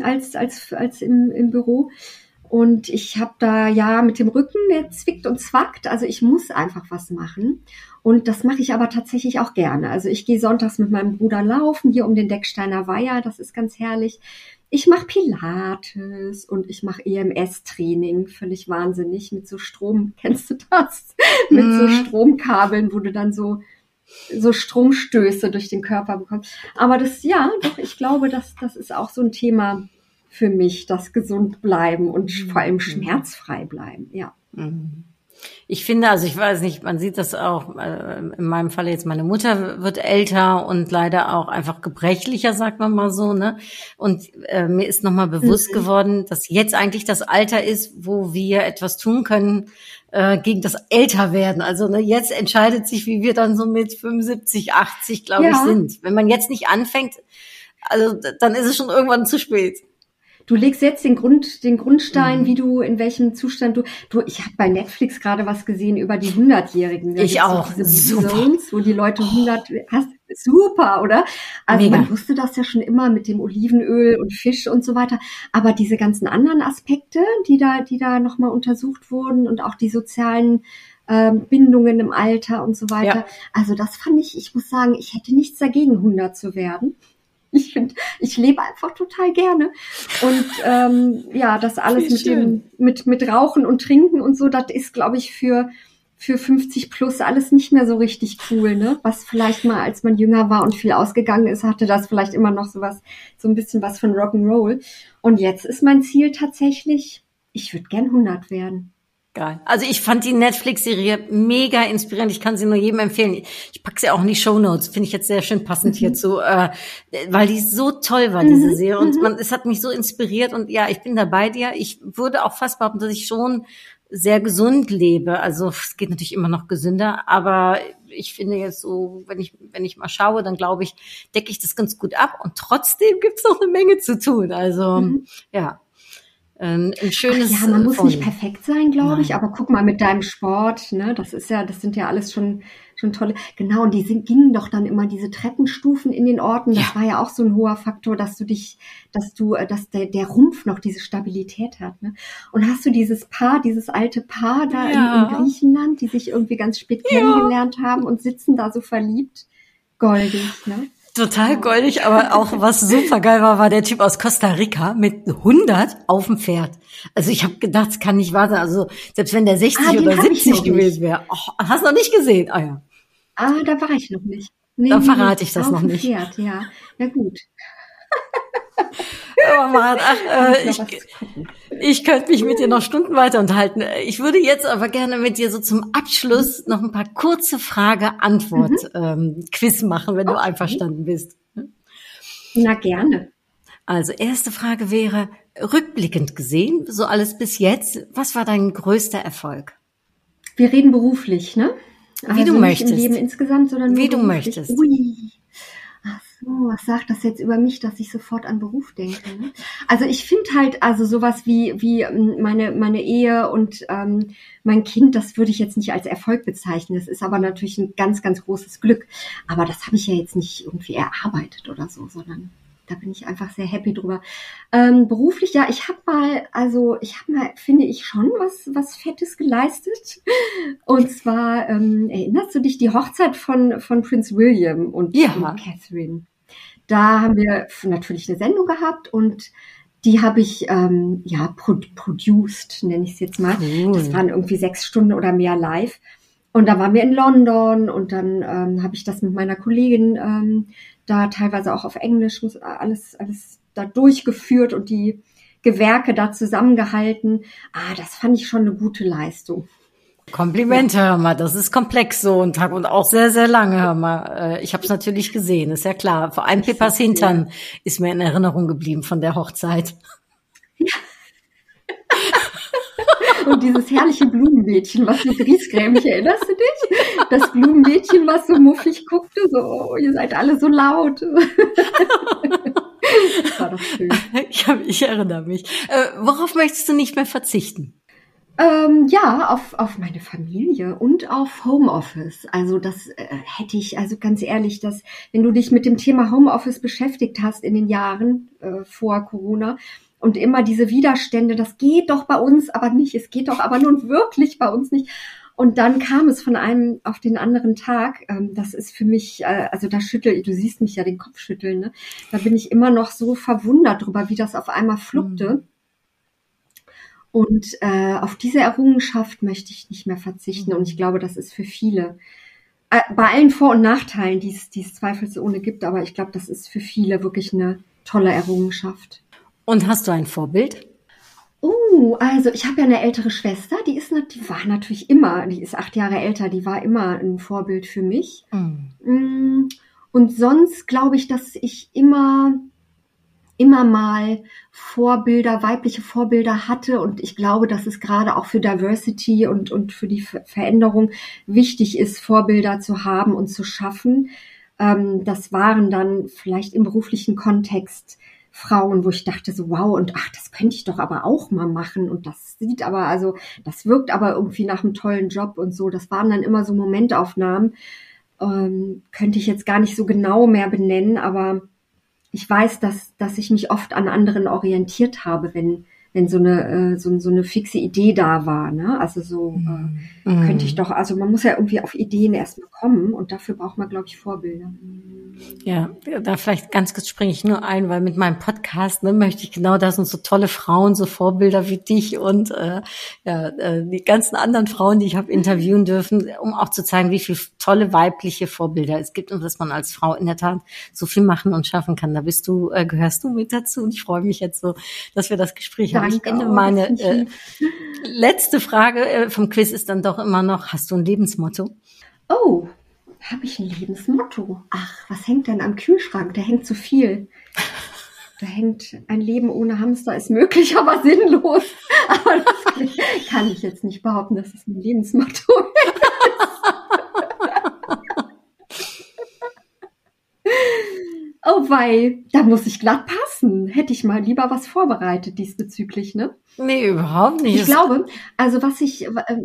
als im Büro. Und ich habe da ja mit dem Rücken, der zwickt und zwackt. Also ich muss einfach was machen. Und das mache ich aber tatsächlich auch gerne. Also ich gehe sonntags mit meinem Bruder laufen, hier um den Decksteiner Weiher. Das ist ganz herrlich. Ich mache Pilates und ich mache EMS-Training. Völlig wahnsinnig mit so Strom. Kennst du das? Mit so Stromkabeln, wo du dann so Stromstöße durch den Körper bekommst. Aber ich glaube, das ist auch so ein Thema für mich, das gesund bleiben und vor allem schmerzfrei bleiben, ja. Ich finde, also ich weiß nicht, man sieht das auch, in meinem Fall jetzt, meine Mutter wird älter und leider auch einfach gebrechlicher, sagt man mal so, ne? Und mir ist nochmal bewusst geworden, dass jetzt eigentlich das Alter ist, wo wir etwas tun können gegen das Älterwerden. Also ne, jetzt entscheidet sich, wie wir dann so mit 75, 80, glaube ich, sind. Wenn man jetzt nicht anfängt, also dann ist es schon irgendwann zu spät. Du legst jetzt den Grundstein, wie du, in welchem Zustand ich habe bei Netflix gerade was gesehen über die 100-Jährigen. Ich auch. So diese Zones, wo die Leute 100, super, oder? Also Mega. Man wusste das ja schon immer mit dem Olivenöl und Fisch und so weiter. Aber diese ganzen anderen Aspekte, die da nochmal untersucht wurden und auch die sozialen Bindungen im Alter und so weiter. Ja. Also das fand ich muss sagen, ich hätte nichts dagegen, 100 zu werden. Ich lebe einfach total gerne. Und das alles mit Rauchen und Trinken und so, das ist, glaube ich, für 50 plus alles nicht mehr so richtig cool, ne? Was vielleicht mal, als man jünger war und viel ausgegangen ist, hatte das vielleicht immer noch so ein bisschen was von Rock'n'Roll. Und jetzt ist mein Ziel tatsächlich, ich würde gern 100 werden. Geil. Also ich fand die Netflix-Serie mega inspirierend. Ich kann sie nur jedem empfehlen. Ich packe sie auch in die Shownotes. Finde ich jetzt sehr schön passend hierzu, weil die so toll war, diese Serie. Und es hat mich so inspiriert. Und ja, ich bin da bei dir. Ich würde auch fast behaupten, dass ich schon sehr gesund lebe. Also es geht natürlich immer noch gesünder. Aber ich finde jetzt so, wenn ich mal schaue, dann glaube ich, decke ich das ganz gut ab. Und trotzdem gibt's noch eine Menge zu tun. Also ja. Ein schönes. Ja, man muss nicht perfekt sein, glaube ich, aber guck mal mit deinem Sport, ne, das sind ja alles schon tolle. Genau, und gingen doch dann immer diese Treppenstufen in den Orten. Das war ja auch so ein hoher Faktor, dass der Rumpf noch diese Stabilität hat, ne? Und hast du dieses alte Paar da in Griechenland, die sich irgendwie ganz spät kennengelernt haben und sitzen da so verliebt? Goldig, ne? Total goldig, aber auch was super geil war der Typ aus Costa Rica mit 100 auf dem Pferd. Also ich habe gedacht, es kann nicht wahr sein. Also selbst wenn der 60 oder 70 gewesen wäre. Hast du noch nicht gesehen? Ah ja. Da war ich noch nicht. Nee, dann verrate ich das noch nicht. Pferd, ja. Ja gut. Ich könnte mich mit dir noch Stunden weiter unterhalten. Ich würde jetzt aber gerne mit dir so zum Abschluss noch ein paar kurze Frage-Antwort-Quiz machen, wenn du einverstanden bist. Na, gerne. Also, erste Frage wäre, rückblickend gesehen, so alles bis jetzt, was war dein größter Erfolg? Wir reden beruflich, ne? Wie du möchtest. Nicht im Leben insgesamt, sondern nur wie du beruflich. möchtest. Ui. Ach so, was sagt das jetzt über mich, dass ich sofort an Beruf denke? Ne? Also ich finde halt, also sowas wie meine Ehe und mein Kind, das würde ich jetzt nicht als Erfolg bezeichnen. Das ist aber natürlich ein ganz, ganz großes Glück. Aber das habe ich ja jetzt nicht irgendwie erarbeitet oder so, sondern da bin ich einfach sehr happy drüber. Beruflich, ja, ich habe mal, finde ich, schon was Fettes geleistet. Und zwar, erinnerst du dich, die Hochzeit von Prince William und Catherine? Da haben wir natürlich eine Sendung gehabt und die habe ich, produced, nenne ich es jetzt mal. Cool. Das waren irgendwie 6 Stunden oder mehr live. Und da waren wir in London und dann habe ich das mit meiner Kollegin da teilweise auch auf Englisch alles da durchgeführt und die Gewerke da zusammengehalten. Das fand ich schon eine gute Leistung. Komplimente, hör mal, das ist komplex so ein Tag und auch sehr, sehr lange, hör mal. Ich habe es natürlich gesehen, ist ja klar. Vor allem Pippas Hintern ist mir in Erinnerung geblieben von der Hochzeit. Ja. Und dieses herrliche Blumenmädchen, was so griesgrämig, erinnerst du dich? Das Blumenmädchen, was so muffig guckte, so, ihr seid alle so laut. Das war doch schön. Ich erinnere mich. Worauf möchtest du nicht mehr verzichten? Ja, auf meine Familie und auf Homeoffice. Also das hätte ich, also ganz ehrlich, wenn du dich mit dem Thema Homeoffice beschäftigt hast in den Jahren vor Corona und immer diese Widerstände, das geht doch bei uns aber nicht, es geht doch aber nun wirklich bei uns nicht. Und dann kam es von einem auf den anderen Tag. Das ist für mich, also du siehst mich ja den Kopf schütteln, ne? Da bin ich immer noch so verwundert drüber, wie das auf einmal fluppte. Und auf diese Errungenschaft möchte ich nicht mehr verzichten. Und ich glaube, das ist für viele, bei allen Vor- und Nachteilen, die es zweifelsohne gibt, aber ich glaube, das ist für viele wirklich eine tolle Errungenschaft. Und hast du ein Vorbild? Also ich habe ja eine ältere Schwester, die ist die ist 8 Jahre älter, die war immer ein Vorbild für mich. Und sonst glaube ich, dass ich immer mal weibliche Vorbilder hatte, und ich glaube, dass es gerade auch für Diversity und für die Veränderung wichtig ist, Vorbilder zu haben und zu schaffen. Das waren dann vielleicht im beruflichen Kontext Frauen, wo ich dachte so, wow, und das könnte ich doch aber auch mal machen, und das wirkt aber irgendwie nach einem tollen Job und so. Das waren dann immer so Momentaufnahmen, könnte ich jetzt gar nicht so genau mehr benennen, aber ich weiß, dass ich mich oft an anderen orientiert habe, wenn so eine fixe Idee da war, ne? Also so könnte ich doch, also man muss ja irgendwie auf Ideen erstmal kommen, und dafür braucht man, glaube ich, Vorbilder. Ja, da vielleicht ganz kurz springe ich nur ein, weil mit meinem Podcast möchte ich genau das, und so tolle Frauen, so Vorbilder wie dich und die ganzen anderen Frauen, die ich habe interviewen dürfen, um auch zu zeigen, wie viele tolle weibliche Vorbilder es gibt und dass man als Frau in der Tat so viel machen und schaffen kann. Da gehörst du mit dazu, und ich freue mich jetzt so, dass wir das Gespräch haben. Ich finde, meine letzte Frage vom Quiz ist dann doch immer noch: Hast du ein Lebensmotto? Oh, habe ich ein Lebensmotto? Ach, was hängt denn am Kühlschrank? Da hängt zu viel. Da hängt: Ein Leben ohne Hamster ist möglich, aber sinnlos. Aber das kann ich jetzt nicht behaupten, dass es ein Lebensmotto ist. Oh wei, da muss ich glatt passen. Hätte ich mal lieber was vorbereitet diesbezüglich, ne? Nee, überhaupt nicht. Ich glaube, also was ich...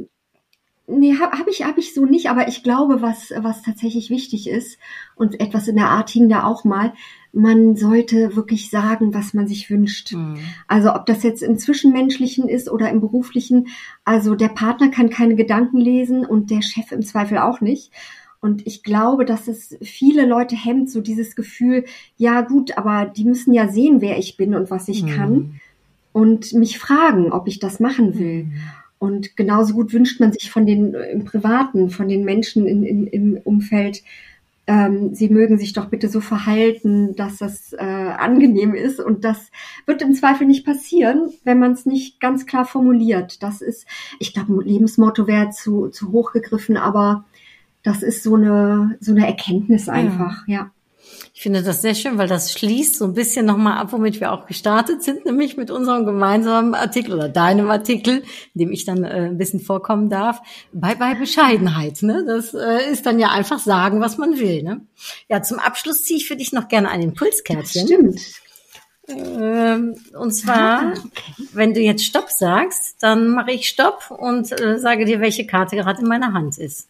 habe ich so nicht, aber ich glaube, was tatsächlich wichtig ist, und etwas in der Art hing da auch mal: Man sollte wirklich sagen, was man sich wünscht. Also ob das jetzt im Zwischenmenschlichen ist oder im Beruflichen, also der Partner kann keine Gedanken lesen und der Chef im Zweifel auch nicht. Und ich glaube, dass es viele Leute hemmt, so dieses Gefühl, ja gut, aber die müssen ja sehen, wer ich bin und was ich kann, und mich fragen, ob ich das machen will. Und genauso gut wünscht man sich im Privaten, von den Menschen im Umfeld, sie mögen sich doch bitte so verhalten, dass das angenehm ist. Und das wird im Zweifel nicht passieren, wenn man es nicht ganz klar formuliert. Das ist, ich glaube, ein Lebensmotto wäre zu hoch gegriffen, aber das ist so eine Erkenntnis einfach, ja. Ich finde das sehr schön, weil das schließt so ein bisschen nochmal ab, womit wir auch gestartet sind, nämlich mit unserem gemeinsamen Artikel oder deinem Artikel, in dem ich dann ein bisschen vorkommen darf, bei Bescheidenheit. Ne? Das ist dann ja einfach sagen, was man will. Ne? Ja, zum Abschluss ziehe ich für dich noch gerne ein Impulskärtchen. Das stimmt. Und zwar, wenn du jetzt Stopp sagst, dann mache ich Stopp und sage dir, welche Karte gerade in meiner Hand ist.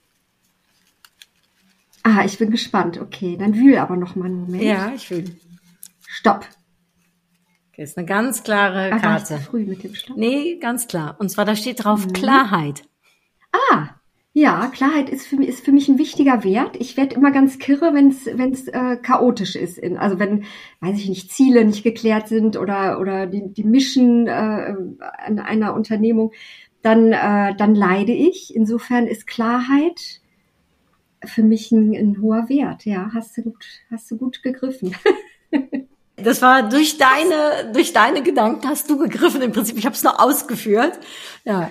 Ich bin gespannt. Okay, dann wühl aber noch mal einen Moment. Ja, ich wühl. Stopp. Okay, ist eine ganz klare Karte. War ich zu früh mit dem Stopp? Nee, ganz klar. Und zwar, da steht drauf Klarheit. Ja, Klarheit ist für mich ein wichtiger Wert. Ich werde immer ganz kirre, wenn es chaotisch ist. Also wenn, weiß ich nicht, Ziele nicht geklärt sind oder die Mission an einer Unternehmung, dann leide ich. Insofern ist Klarheit für mich ein hoher Wert. Ja, hast du gut gegriffen. Das war durch deine Gedanken hast du gegriffen im Prinzip. Ich habe es nur ausgeführt. Ja.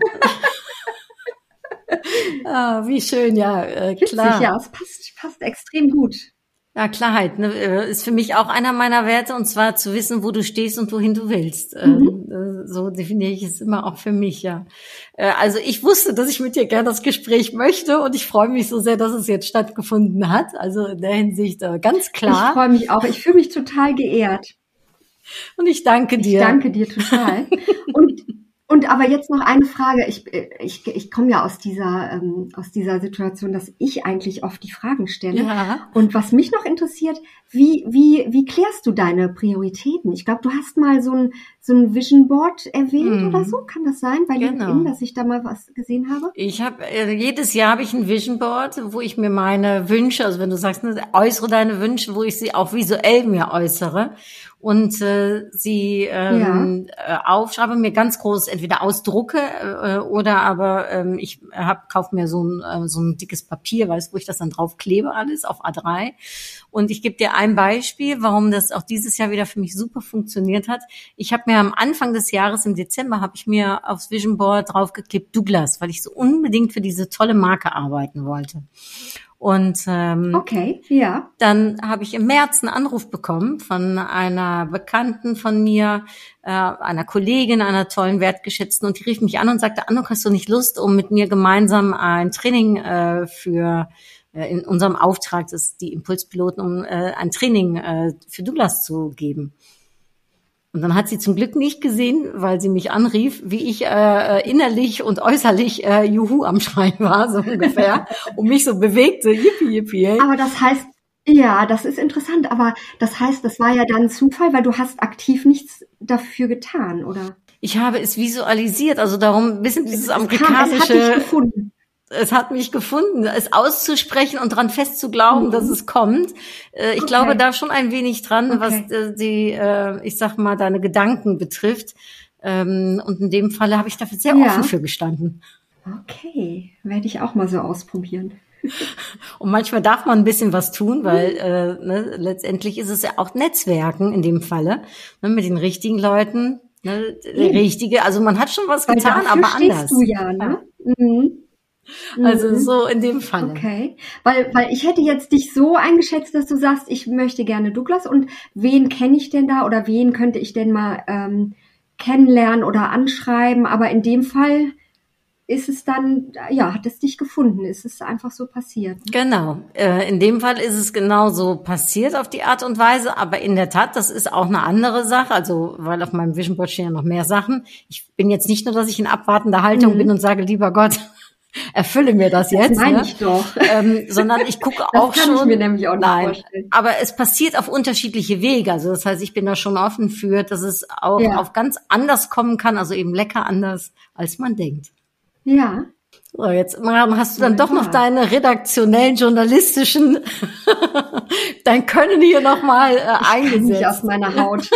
Wie schön, ja, klar. Witzig, ja, es passt extrem gut. Ja, Klarheit, ne, ist für mich auch einer meiner Werte, und zwar zu wissen, wo du stehst und wohin du willst. So definiere ich es immer auch für mich, ja. Also ich wusste, dass ich mit dir gerne das Gespräch möchte, und ich freue mich so sehr, dass es jetzt stattgefunden hat. Also in der Hinsicht ganz klar. Ich freue mich auch. Ich fühle mich total geehrt. Und ich danke dir. Ich danke dir total. Und aber jetzt noch eine Frage. Ich komme ja aus dieser Situation, dass ich eigentlich oft die Fragen stelle. Ja. Und was mich noch interessiert, wie klärst du deine Prioritäten? Ich glaube, du hast mal so ein Vision Board erwähnt oder so. Kann das sein? Bei LinkedIn, dass ich da mal was gesehen habe? Jedes Jahr habe ich ein Vision Board, wo ich mir meine Wünsche, also wenn du sagst, ne, äußere deine Wünsche, wo ich sie auch visuell mir äußere. Und sie aufschreibe, mir ganz groß entweder ausdrucke oder aber ich kaufe mir so ein dickes Papier, wo ich das dann drauf klebe, alles auf A3. Und ich gebe dir ein Beispiel, warum das auch dieses Jahr wieder für mich super funktioniert hat. Ich habe mir am Anfang des Jahres, im Dezember, habe ich mir aufs Vision Board draufgeklebt Douglas, weil ich so unbedingt für diese tolle Marke arbeiten wollte. Und okay, ja. Dann habe ich im März einen Anruf bekommen von einer Bekannten von mir, einer Kollegin, einer tollen, wertgeschätzten, und die rief mich an und sagte, Anno, hast du nicht Lust, um mit mir gemeinsam ein Training in unserem Auftrag, das ist die Impulspiloten, um ein Training für Douglas zu geben. Und dann hat sie zum Glück nicht gesehen, weil sie mich anrief, wie ich innerlich und äußerlich Juhu am Schreien war, so ungefähr, und mich so bewegte, yippie, yippie. Hey. Aber das heißt, ja, das ist interessant, aber das heißt, das war ja dann Zufall, weil du hast aktiv nichts dafür getan, oder? Ich habe es visualisiert, also darum ein bisschen dieses amerikanische... Es hat dich gefunden. Es hat mich gefunden, es auszusprechen und dran fest zu glauben, dass es kommt. Ich glaube da schon ein wenig dran, was ich sag mal, deine Gedanken betrifft. Und in dem Falle habe ich dafür sehr offen für gestanden. Okay, werde ich auch mal so ausprobieren. Und manchmal darf man ein bisschen was tun, weil letztendlich ist es ja auch Netzwerken in dem Falle, mit den richtigen Leuten. Richtige, also man hat schon was getan, aber anders. Du ja, ne? Mhm. Also so in dem Fall. Okay, weil ich hätte jetzt dich so eingeschätzt, dass du sagst, ich möchte gerne Douglas, und wen kenne ich denn da oder wen könnte ich denn mal kennenlernen oder anschreiben, aber in dem Fall ist es dann, hat es dich gefunden, ist es einfach so passiert. Ne? Genau, in dem Fall ist es genau so passiert auf die Art und Weise, aber in der Tat, das ist auch eine andere Sache, also weil auf meinem Vision Board stehen ja noch mehr Sachen. Ich bin jetzt nicht nur, dass ich in abwartender Haltung bin und sage, lieber Gott, erfülle mir das jetzt. Das meine ich doch. Sondern ich gucke das auch kann schon. Ich mir nämlich auch nicht vorstellen. Aber es passiert auf unterschiedliche Wege. Also das heißt, ich bin da schon offen für, dass es auch auf ganz anders kommen kann, also eben lecker anders, als man denkt. Ja. So, jetzt hast du dann doch noch deine redaktionellen, journalistischen, dein Können hier nochmal eingesetzt. Nicht aus meiner Haut.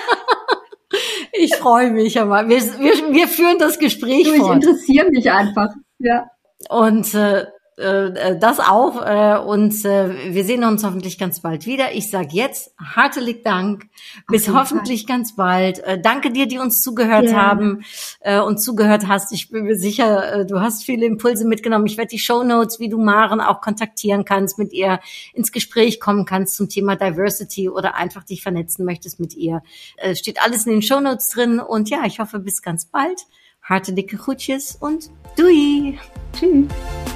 Ich freue mich aber. Wir führen das Gespräch fort. Ich interessiere mich einfach. Ja. Und das auch. Und wir sehen uns hoffentlich ganz bald wieder. Ich sage jetzt herzlichen Dank. Bis hoffentlich ganz bald. Danke dir, die uns zugehört haben und zugehört hast. Ich bin mir sicher, du hast viele Impulse mitgenommen. Ich werde die Shownotes, wie du Maren auch kontaktieren kannst, mit ihr ins Gespräch kommen kannst zum Thema Diversity oder einfach dich vernetzen möchtest mit ihr. Steht alles in den Shownotes drin. Und ja, ich hoffe, bis ganz bald. Hartelijke groetjes und doei. Tschüss.